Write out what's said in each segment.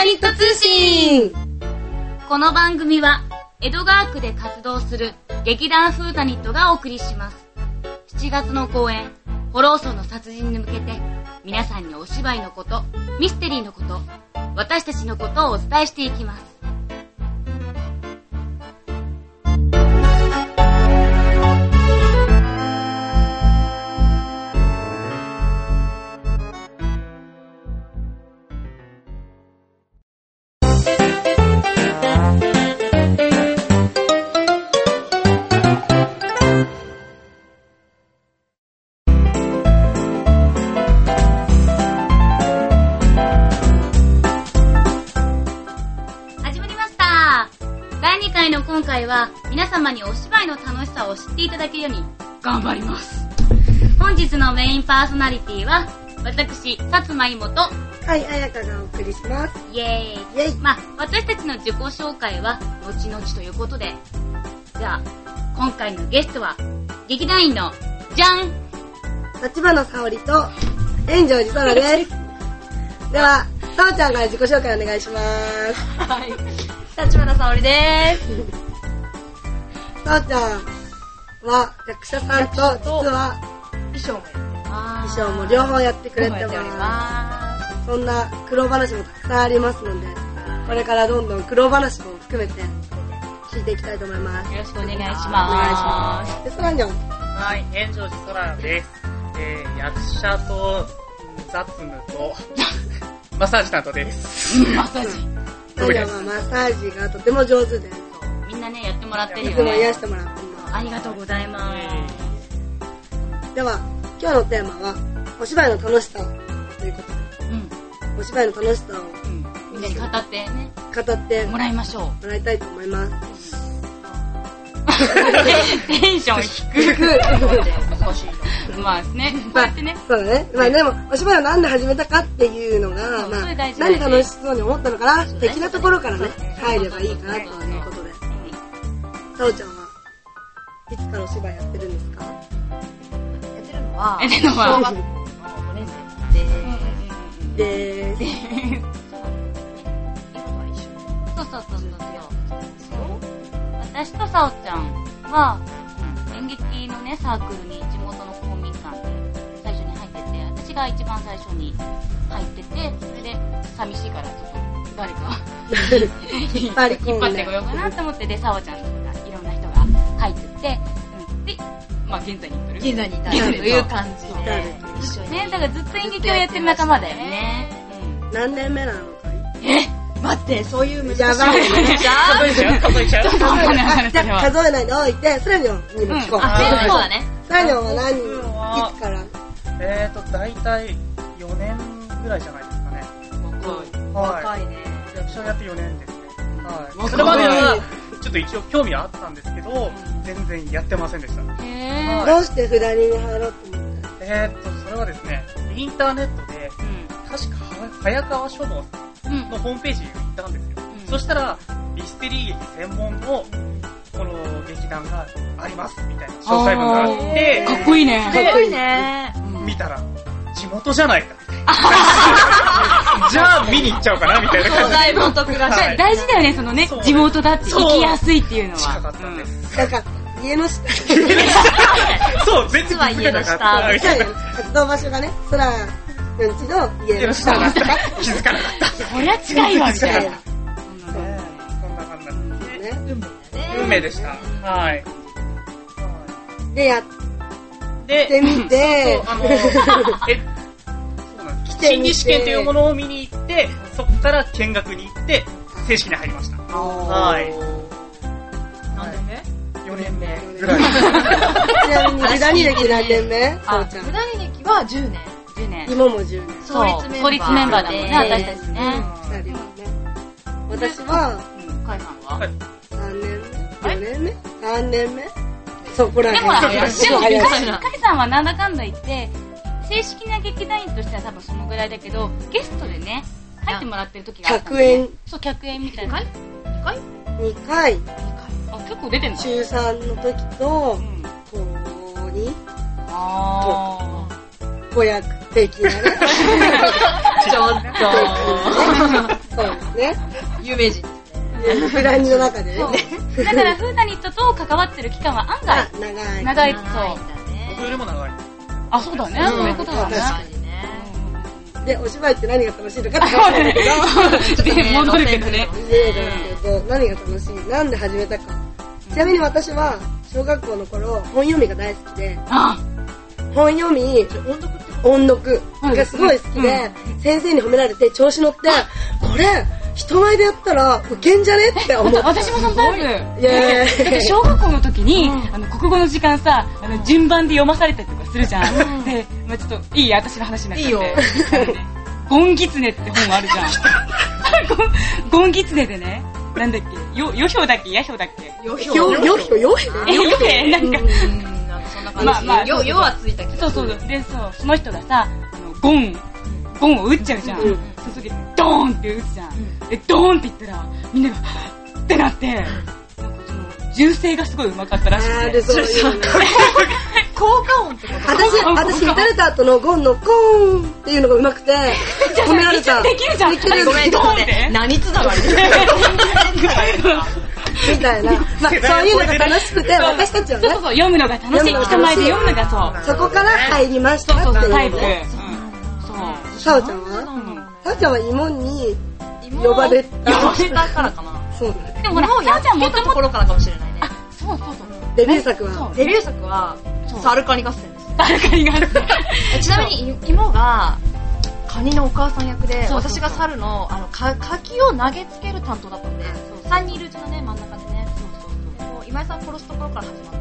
ニット通信。 この番組は江戸川区で活動する劇団フーダニットがお送りします。7月の公演ホローソンの殺人に向けて皆さんにお芝居のこと、ミステリーのこと、私たちのことをお伝えしていきます。今回は皆様にお芝居の楽しさを知っていただけるように頑張ります。本日のメインパーソナリティは私、薩摩妹とはい、彩香がお送りします。 イエーイ。 イエイ。 まあ、私たちの自己紹介は後々ということで、じゃあ今回のゲストは劇団員のじゃん、 立花沙織と円城寺空です。では、さおちゃんから自己紹介お願いします。 はい、立花沙織です。 さおちゃんは役者さんと実は衣装も衣装も両方やってくれてます。そんな苦労話もたくさんありますので、これからどんどん苦労話も含めて聞いていきたいと思います。 よろしくお願いします。 お願いします。で、そらにょん。 はい、円城寺空です。役者と雑務とマッサージ担当です。 マッサージ。 さおちゃんはマッサージがとても上手です。 みんなね、やってもらってるよね。 いつも癒してもらってます。 ありがとうございます。 では、今日のテーマはお芝居の楽しさということで、お芝居の楽しさを、 みんなに語ってね、 語ってもらいましょう。 もらいたいと思います。 テンション低く。 難しいの。 まあね、こうやってね。 そうだね。まあでも、お芝居をなんで始めたかっていうのが、まあ、なんで楽しそうに思ったのかな、的なところからね、入ればいいかなということで。さおちゃんはいつからお芝居やってるんですか？ やってるのは、 小学校 5年生で、 私とさおちゃんは演劇のねサークルに地元の公民館で最初に入ってて、私が一番最初に入ってて、それで寂しいからちょっと誰か引っ張ってこようかなと思って、でさおちゃんとかいろんな人が入ってて、で、まあ現在に至るという感じで一緒にね、だからずっと演劇をやってる仲間だよね。 何年目なのかい？待って、そういう難しい。 やばいね。 数えちゃうじゃあ数えないでおいて、それにも聞こう。 そうだね。 それにもいつから？ だいたい4年ぐらいじゃないですかね。 若いね。 役者やって4年ですね。はい。それまではちょっと一応興味はあったんですけど、全然やってませんでした。 どうしてフダニに入ろうと思った？ それはですね、インターネットで、確か早川書房のホームページに行ったんですよ。そしたらミステリー劇専門のこの劇団がありますみたいな詳細文があって、 かっこいいね。 かっこいいね。 見たら地元じゃないか。じゃあ見に行っちゃおうかなみたいな感じで。 だいぶお得だし。 大事だよね、そのね、地元だって行きやすいっていうのは。 近かったんです。 なんか家の下。 そう、全然気づかなかった。 活動場所がね、そらうんちの家の下だった。 気づかなかった。 こりゃ近いわみたいな。 そんな感じなんですね。 運運命でした。はい。 で、やってみて、 心理試験というものを見に行って、そこから見学に行って、正式に入りました。はい。 何年目 ？4年目ぐらい。 ちなみに、フダニ歴何年目？そうちゃん。 フダニ歴は10年。 今も10年。 創立メンバーだもんね、私たちね。 2人はね。私は、 カイさんは 3年目 ?4 年目 ?3 年目そこらでもほら、 へん。 カイさんはなんだかんだ言って、正式な劇団員としては多分そのぐらいだけど、ゲストでね、入ってもらってる時があった、 100円。 そう、100円みたいな。 2回。 あ、結構出てんの？ 中3の時と、高2と、子役的なね。 ちょっと。 そうですね。 有名人ですね。 フラニの中でね。 だからフータニットと関わってる期間は案外長い。そう。 僕よりも長い。 あ、そうだね。そういうことだね。 確かにね。 で、お芝居って何が楽しいのかって話なんだけど。 ちょっと戻るけどね。 何が楽しい？なんで始めたか。ちなみに私は、小学校の頃、本読みが大好きで、本読み、音読がすごい好きで、先生に褒められて調子乗って、これ、人前でやったらウケんじゃねって思って。 私もそのタイプ。 だって小学校の時に、国語の時間さ、順番で読まされたりとかするじゃん。で、まあちょっといい私の話になっちゃって。いいよ。ゴンギツネって本あるじゃん。ゴンギツネでね、なんだっけ、よひょだっけ、やひょだっけ。 よひょなんか。 そんな感じ。よはついたけど。 そう。で、その人がさ、ゴンを打っちゃうじゃん。その時、ドーンって打つじゃん。で、ドーンって言ったら、みんなが、ってなって、なんかその、銃声がすごい上手かったらしくて。 それさ、 効果音ってこと？ 私、撃たれた後のゴンのコーンっていうのが上手くて、褒められた。 できるじゃん。 ごめん、ドーンって。何つながりみたいな。まあ、そういうのが楽しくて、私たちはね。 そう、読むのが楽しい。人前で読むのがそう。 そこから入りましたっていう。 タイプ。 さおちゃんは？さおちゃんは芋に呼ばれたからかな。 そうだね。 でもほら、さおちゃんもともところからかもしれないね。 そう。 デビュー作はサルカニ合戦です。 サルカニ合戦。 ちなみに妹がカニのお母さん役で、私が猿の柿を投げつける担当だったんで、3人いるうちのね、真ん中でね。今井さん殺すところから始まって。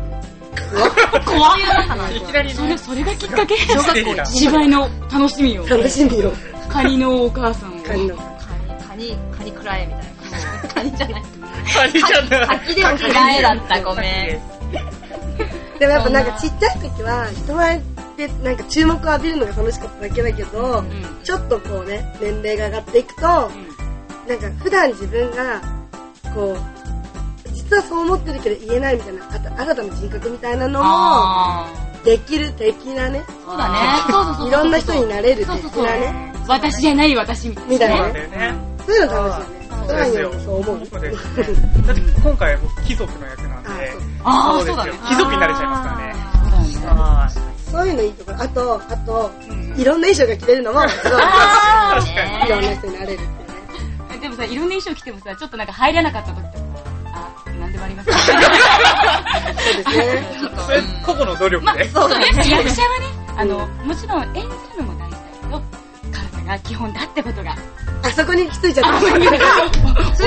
怖い。 いきなりね。 それがきっかけ。小学校芝居の楽しみを。カニのお母さんを。カニくらえみたいな。カニじゃない。 柿でもくらえだった、ごめん。 でもやっぱなんかちっちゃい時は人前でなんか注目を浴びるのが楽しかっただけだけど、ちょっとこうね、年齢が上がっていくと、なんか普段自分がこう、実はそう思ってるけど言えないみたいな、新たな人格みたいなのもできる的なね。 そうだね。 いろんな人になれる的なね。 私じゃない私みたいな。 そういうの楽しいよね。そうですよ。そう思う。 だって今回僕貴族の役なんで、そうですよ。貴族になれちゃいますからね。 そういうのいいところ。あと、いろんな衣装が着れるのも、すごい。確かに。 いろんな人になれるってね。 でもさ、いろんな衣装着てもさ、ちょっとなんか入らなかった時とか、なんでもありますね。 そうですね。 それ、個々の努力で。 そうだね。役者はね、もちろん演じるのも大事だけど、体が基本だってことが。 あそこに行き着いちゃった。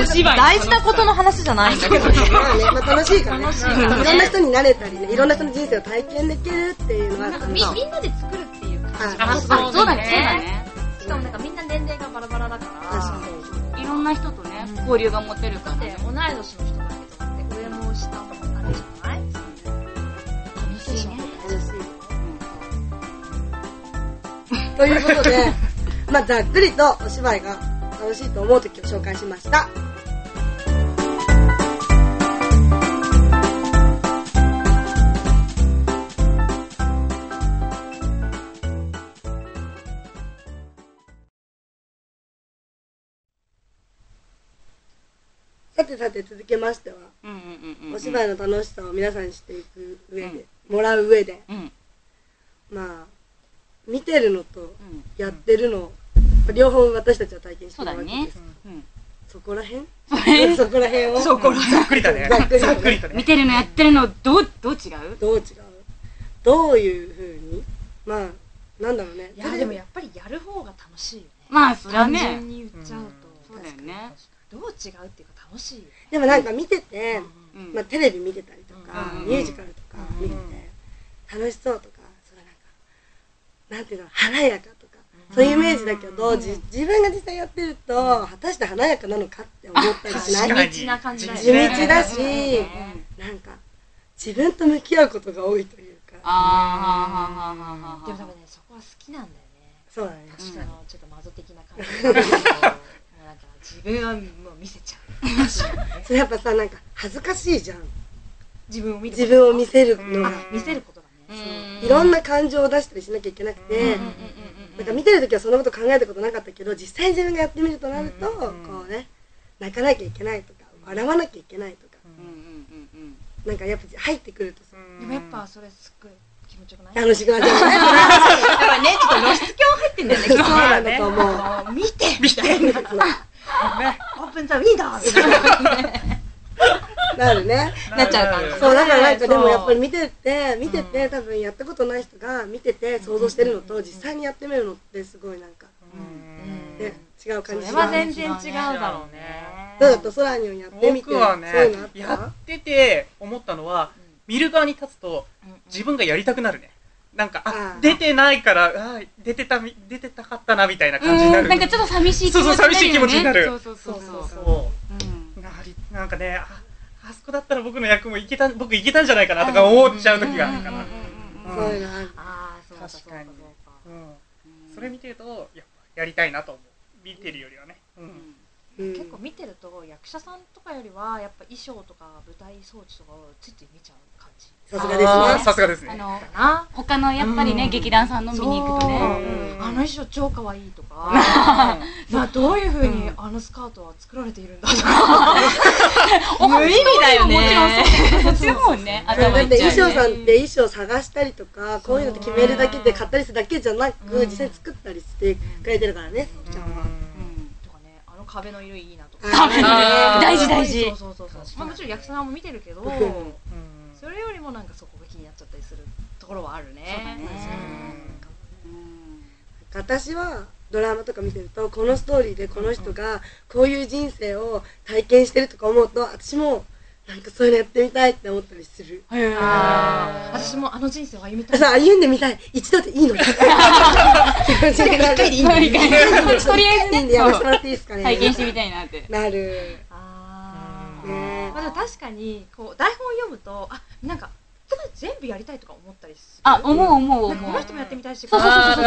お芝居。 大事なことの話じゃないんだけどね。 まあね、まあ楽しいからね。いろんな人になれたりね、いろんな人の人生を体験できるっていうのは。 みんなで作るっていう感じ。 そうだね。 しかもなんかみんな年齢がバラバラだから、 いろんな人とね、交流が持てるから。 同い年の人だけどって上も下もあれじゃない？ 楽しいね。 ということで、まあざっくりとお芝居が楽しいと思う時を紹介しました。さて続けましては、お芝居の楽しさを皆さんにしていく上で、もらう上で、まあ見てるのとやってるの、両方私たちは体験してるわけです。そこら辺をざっくりだね。ざっくりとね。 見てるのやってるのどう違う？ どういう風に、まあなんだろうね。 いやでもやっぱりやる方が楽しいよね。 まあそれはね。 単純に言っちゃうと。 そうだよね。 どう違うっていうか楽しいよ。 でもなんか見てて、まあテレビ見てたりとか、ミュージカルとか見てて楽しそうとか、それなんかなんていうの、華やかとか、そういうイメージだけど、自分が実際やってると果たして華やかなのかって思ったりしない？ 地道な感じだよね。 地道だし、なんか自分と向き合うことが多いというか。 でも多分ね、そこは好きなんだよね。 そうだね。 ちょっとマゾ的な感じなんだけど、なんか自分はもう見せちゃう。 それやっぱさ、なんか恥ずかしいじゃん。 自分を見せるのが。 見せることだね。 いろんな感情を出したりしなきゃいけなくて、 なんか見てるときはそんなこと考えたことなかったけど、実際自分がやってみるとなると、こうね、泣かなきゃいけないとか、笑わなきゃいけないとか、なんかやっぱ入ってくるとさ。 でもやっぱそれすっごい気持ちよくない？ 楽しくなっちゃうね。 やっぱね、ちょっと露出狂入ってんだよね。 そうなんだと思う。 見てみたいな。オープンザウィーダーみたいな。 なるね。 なっちゃう感じ。 そう、だからなんかでもやっぱり見てて多分やったことない人が見てて想像してるのと実際にやってみるのってすごいなんか、ね、違う感じ。 それは全然違うだろうね。 どうだったソラニョンやってみて。 僕はね、やってて思ったのは、見る側に立つと自分がやりたくなるね。なんか、出てないから、出てたかったなみたいな感じになる。 なんかちょっと寂しい気持ちになる。 そう、寂しい気持ちになる。 そう。 なんかね、あそこだったら僕の役も僕いけたんじゃないかなとか思っちゃう時があるから。 そういうのある。 確かに。それ見てると、やりたいなと思う。見てるよりはね。 結構見てると役者さんとかよりはやっぱ衣装とか舞台装置とかをついつい見ちゃう感じ。 さすがですね。 さすがですね。 他のやっぱりね、劇団さんの見に行くとね、 あの衣装超可愛いとか、どういう風にあのスカートは作られているんだとか、無意味だよね。 もちろんそっちの方ね。 だって衣装さんって衣装探したりとか、こういうのって決めるだけで買ったりするだけじゃなく、実際作ったりしてくれてるからね、さきちゃんは。 壁の色いいなとか。 大事。 そう。もちろん役者さんも見てるけど、それよりもなんかそこが気になっちゃったりするところはあるね。 私はドラマとか見てると、このストーリーでこの人がこういう人生を体験してるとか思うと、私もなんかそういうのやってみたいって思ったりする。 私もあの人生を歩みたい。 歩んでみたい。一度でいいのに。一回でいいのに。 とりあえずね、 やらせてもらっていいですかね。 体験してみたいなって。 なる。 でも確かにこう台本を読むと、なんか全部やりたいとか思ったりする。 思う。 この人もやってみたいし、 そう。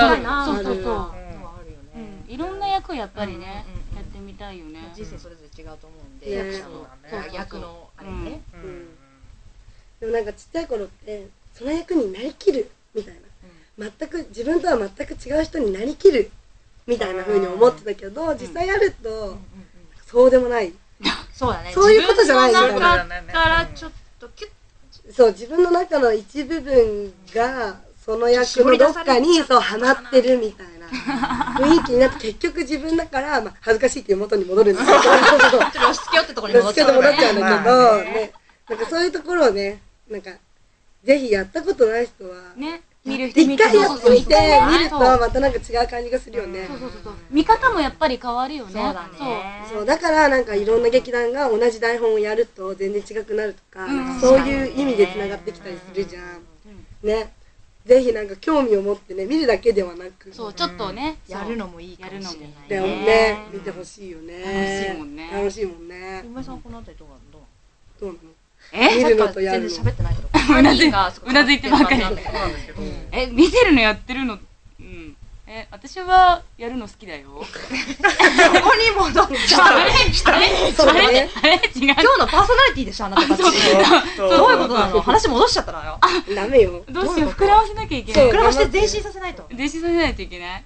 いろんな役をやっぱりね、やってみたいよね。 人生それぞれ違うと思うんで、役者の役のあれね。 でもなんかちっちゃい頃ってその役になりきるみたいな、自分とは全く違う人になりきるみたいな風に思ってたけど、実際やるとそうでもない。 そうだね。 そういうことじゃないみたいな。 だからちょっとキュッ。 そう、自分の中の一部分がその役のどっかにはまってるみたいな雰囲気になって、結局自分だから恥ずかしいっていう元に戻るんですけど、 露出狂ってところに戻っちゃうんだけどね。なんかそういうところをね、なんかぜひやったことない人はね、見る人一回やってみて見るとまたなんか違う感じがするよね。 見方もやっぱり変わるよね。 そうだね。 そうだからなんかいろんな劇団が同じ台本をやると全然違くなるとか、そういう意味でつながってきたりするじゃん。ね。ぜひなんか興味を持ってね、見るだけではなく、 そうちょっとね、 やるのもいいかもしれないね。見てほしいよね。 楽しいもんね。 楽しいもんね。 今井さんこのあたりどうなの？ 見るのとやるの。 全然喋ってないけど。 うなずいてばっかり。見てるのやってるの。私はやるの好きだよ。 ここに戻っちゃう。 あれ違う。 今日のパーソナリティでしょ、あなたたち。どういうことなの？話戻しちゃったのよ。 ダメよ。 どうしよう、膨らませなきゃいけない。 膨らまして前進させないと。 前進させないといけない。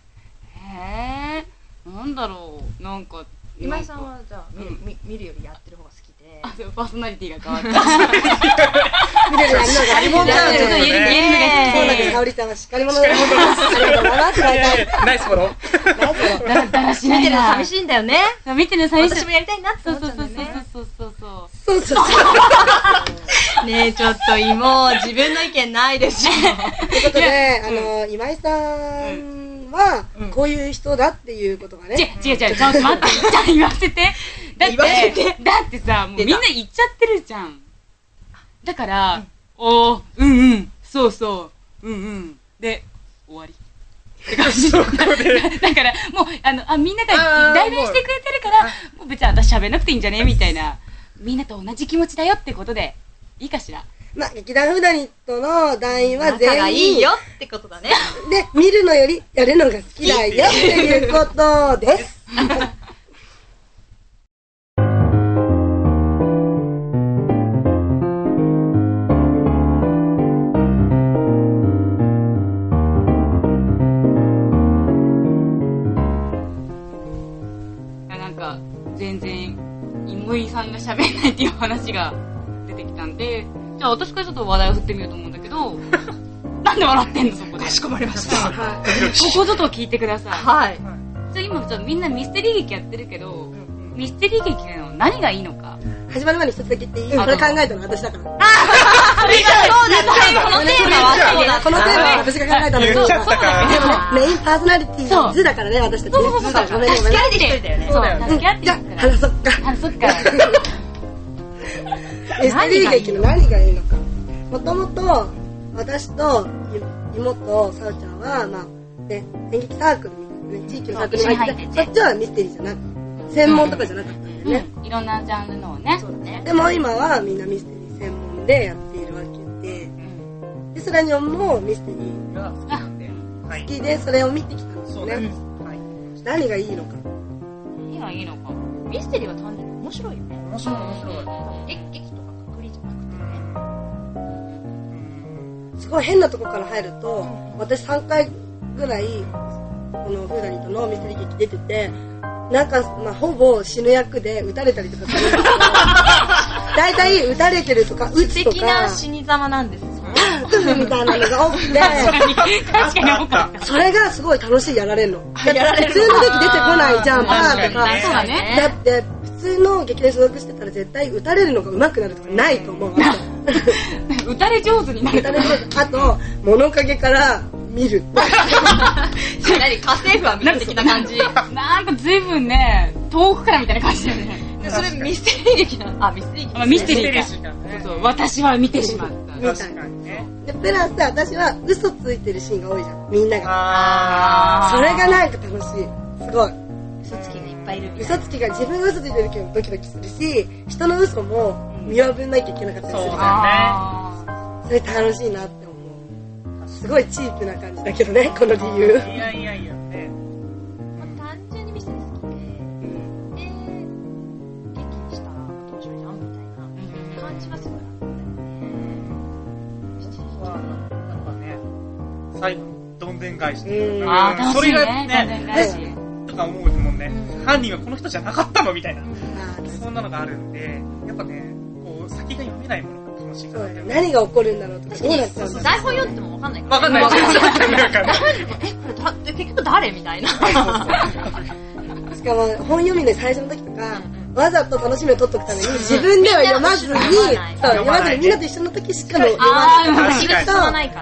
なんだろう、なんか。 今井さんはじゃあ見るよりやってる方が好きで。 パーソナリティが変わった。 見るよりやるのがりもんちゃう。 そうだけど、沙織さんはしっかり者です。ありがとうございます。 ナイスフォロー。 だらしないな。 見てるの寂しいんだよね。 見てるの寂しい。 私もやりたいなって思っちゃうんだよね。 そうねえ、ちょっともう自分の意見ないですよ。 ということで、今井さんはこういう人だっていうことがね。 違う、ちょっと待って、じゃあ言わせて。だってさ、もうみんな言っちゃってるじゃん。だから、そう、で、終わり。って感じ。だからもうみんなが代弁してくれてるから、もう別に私喋んなくていいんじゃねみたいな、みんなと同じ気持ちだよってことでいいかしら。 まあ劇団フーダニットの団員は全員仲がいいよってことだね。 で、見るのよりやるのが好きだよっていうことです。 むいさんが喋んないっていう話が出てきたんで、じゃあ私からちょっと話題を振ってみようと思うんだけど、なんで笑ってんのそこで。 かしこまりました。 ここちょっと聞いてください。 はい。 じゃあ今みんなミステリー劇やってるけど、ミステリー劇の何がいいのか。 始まる前に一つだけ言っていい？これ考えたの私だから。 それがそうだ、このテーマはそうだ。 このテーマは私が考えたの。 言っちゃったか。 でもね、メインパーソナリティ図だからね、私たちね。 そう。 ごめんね、ごめんね。 助け合って一人だよね。 そう、助け合ってじゃあ、話そっか。 話そっか。 ミステリー劇の何がいいのか。もともと、私と妹、さおちゃんは、まあ、ね、演劇サークルみたいなね、地域のサークルに入ってて、そっちはミステリーじゃなくて、専門とかじゃなかったんだよね。 いろんなジャンルのね。 でも今はみんなミステリー専門でやっているわけで、で、スラニョンもミステリーが好きなんで、 好きでそれを見てきたんですよね。何がいいのか。 何がいいのか。 ミステリーは単純に面白いよね。 面白い。 劇とかくくりじゃなくてね。 すごい変なとこから入ると、私3回ぐらいこのフーダニットのミステリー劇出てて、なんか、まあ、ほぼ死ぬ役で撃たれたりとかするんですけど、大体撃たれてるとか撃つとか素敵な死に様なんですよね。 みたいなのが多くて、 確かに多かった。 それがすごい楽しいやられるの。 やられる普通の劇出てこないじゃん、パーとか。 そうだね。 だって普通の劇団所属してたら絶対撃たれるのが上手くなるとかないと思う。 撃たれ上手になる。 あと物陰から見る。 何家政婦は見る的な感じ。 なんか随分ね、遠くからみたいな感じだよね。 それミステリー劇なの？あ、ミステリー劇。 ミステリーか。そう、私は見てしまった。 確かにね。で、プラス私は嘘ついてるシーンが多いじゃん。みんなが。それがなんか楽しい。すごい。 嘘つきがいっぱいいる。 嘘つきが自分が嘘ついてるけどドキドキするし、人の嘘も見破んなきゃいけなかったりするからね。それ楽しいなって思う。すごいチープな感じだけどね、この理由。 いやね。 単純にミステリー好きで、劇にしたら面白いじゃんみたいな感じがすごいあったよね。 なんかね、最後どんでん返しそれがね、とか思うもんね。犯人はこの人じゃなかったのみたいな。そんなのがあるんで、やっぱね、こう先が読めないものが楽しいから。 何が起こるんだろうとか、どうなっちゃうんだろう。 台本読んでも分かんないから。 分かんない。 これ結局誰みたいな。 しかも本読みの最初の時とか、わざと楽しみを取っとくために自分では読まずに、読まずにみんなと一緒の時しか読まない。 気が進まないから。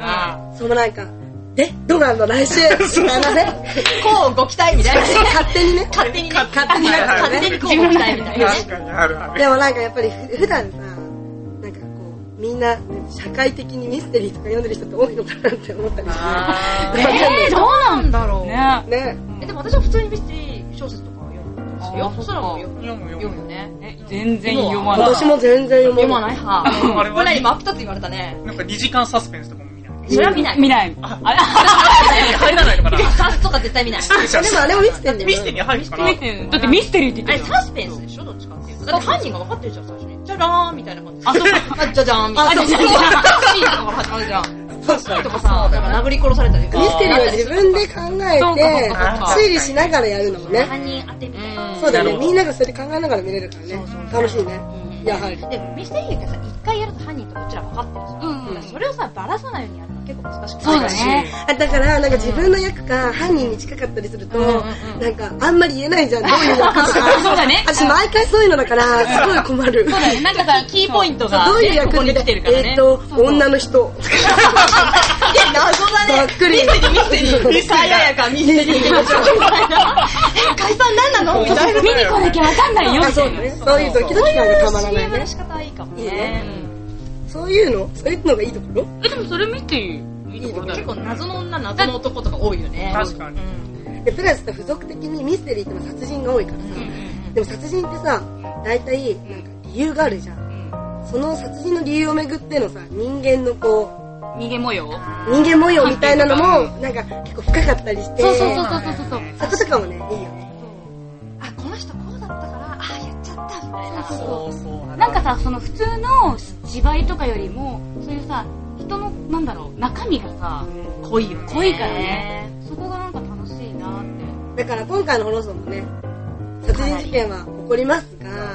そうもなんか、どうなんの来週みたいなね。 こうご期待みたいな。 勝手にね。 勝手にこうご期待みたいな。 確かにある。 でもなんかやっぱり普段さ、なんかこう、みんな社会的にミステリーとか読んでる人って多いのかなって思ったりして。 どうなんだろう。 ね。 でも私は普通にミステリー小説とか読むんですよ。そしたらもう読むよね。 全然読まない。 私も全然読まない派。これ何真っ二つ言われたね。 なんか2時間サスペンスとかも見ない。 それは見ない。 見ない。 入らないのかな。 サスとか絶対見ない。 でもあれもミステリー。 ミステリー入るかな。 だってミステリーって言ってる。あれサスペンスでしょどっちかっていうと。だって犯人が分かってるじゃん最初に。じゃらーんみたいな感じ。 あ、そうか。 じゃじゃーんみたいな。シーンとかから始まるじゃん。そうとかさ、なんか殴り殺されたり。ミステリーは自分で考えて推理しながらやるのもね。 犯人当てみたいな。 そうだね。みんながそれで考えながら見れるからね。楽しいね。やはり。 でもミステリーってさ、一回やると犯人とうちら分かってるじゃん。それをさ、バラさないようにやるの結構難しくて。 そうだね。 だからなんか自分の役か犯人に近かったりすると、なんかあんまり言えないじゃん。どういう役か。 そうだね。 私毎回そういうのだからすごい困る。 そうだね。なんかさ、キーポイントがどういう役で来てるからね。 女の人。 謎だね。 ざっくり。 ミステリー。さややかミステリー。解散何なのみたいな。 見に来なきゃわかんないよ。 そうね。そういうドキドキ感がたまらないね。 仕方いいかもね。 そういうのがいいところ？ でもそれ見ていいところだよ。 結構謎の女、謎の男とか多いよね。 確かに。 で、プラスさ、付属的にミステリーって殺人が多いからさ、でも殺人ってさ、大体なんか理由があるじゃん。その殺人の理由をめぐってのさ、人間のこう、 人間模様みたいなのも、なんか結構深かったりして、 そう。 そことかもね、いいよね。 あ、この人こうだったから、あ、やっちゃったみたいな。 そう。 なんかさ、その普通の芝居とかよりも、そういうさ、人の、なんだろう、中身がさ、濃いからね。そこがなんか楽しいなって。 だから今回の放送もね、殺人事件は起こりますが、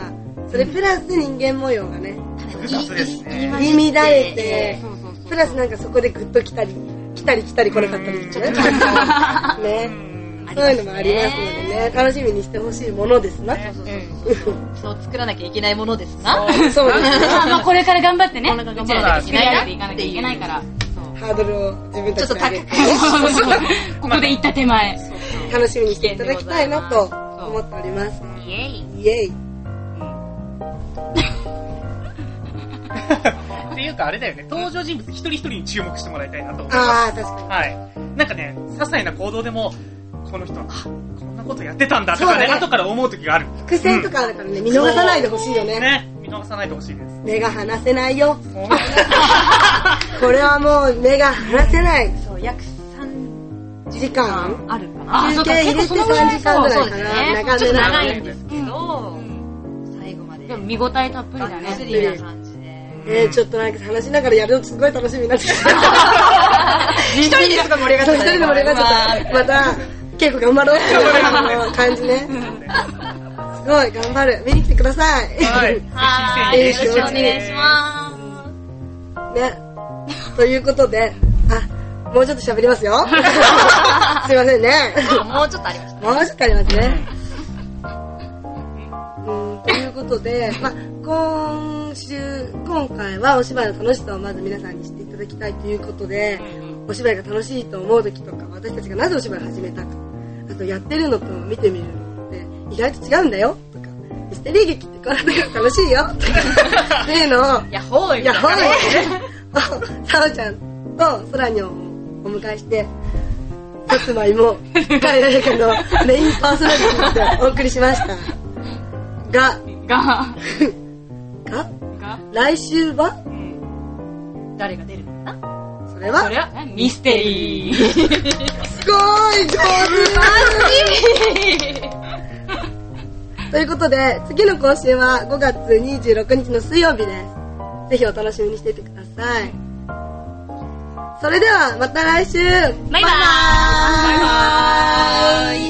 それプラス人間模様がね、 複雑ですね。 入り乱れて、プラスなんかそこでグッと来たり来なかったりしてね。ね。そういうのもありますのでね、楽しみにしてほしいものですな。 そう作らなきゃいけないものですな。 そうですね。 これから頑張ってね。 頑張ら作り上げていかなきゃいけないから。 ハードルを自分たちで上げて。 ここで行った手前。 楽しみにしていただきたいなと思っております。 イエイ。 イエイ。 っていうかあれだよね、登場人物一人一人に注目してもらいたいなと思います。 ああ、確かに。 はい。なんかね、些細な行動でも、この人は、こんなことやってたんだとかね、後から思う時がある。 伏線とかあるからね、見逃さないでほしいよね。 ね、見逃さないでほしいです。 目が離せないよ。これはもう目が離せない。 そう、約3 時間あるかな。 休憩入れて3時間ぐらいかな。 ちょっと長いんですけど、最後まで。 でも見応えたっぷりだね。 スリルな感じで。 ちょっとなんか話しながらやるのすごい楽しみになってきた。 一人ですごい盛り上がっちゃった。 一人で盛り上がっちゃった。また、稽古頑張ろうっていう感じね。すごい、頑張る。見に来てください。 はい。 よろしくお願いします。ね。ということで、もうちょっと喋りますよ。すいませんね。 もうちょっとありました。 もうちょっとありますね。ということで、今回はお芝居の楽しさをまず皆さんに知っていただきたいということで、お芝居が楽しいと思う時とか、私たちがなぜお芝居を始めたか、あとやってるのと見てみるのって意外と違うんだよとか、ミステリー劇ってこんなに楽しいよとかっていうのをヤッホーイさおちゃんとそらにょんをお迎えして、さつまいも彼らのメインパーソナリティとしてお送りしましたが来週は誰が出るのかな。 それはミステリー。 すごい上手。ということで次の更新は5月26日の水曜日です。ぜひお楽しみにしていてください。それではまた来週。 バイバーイ。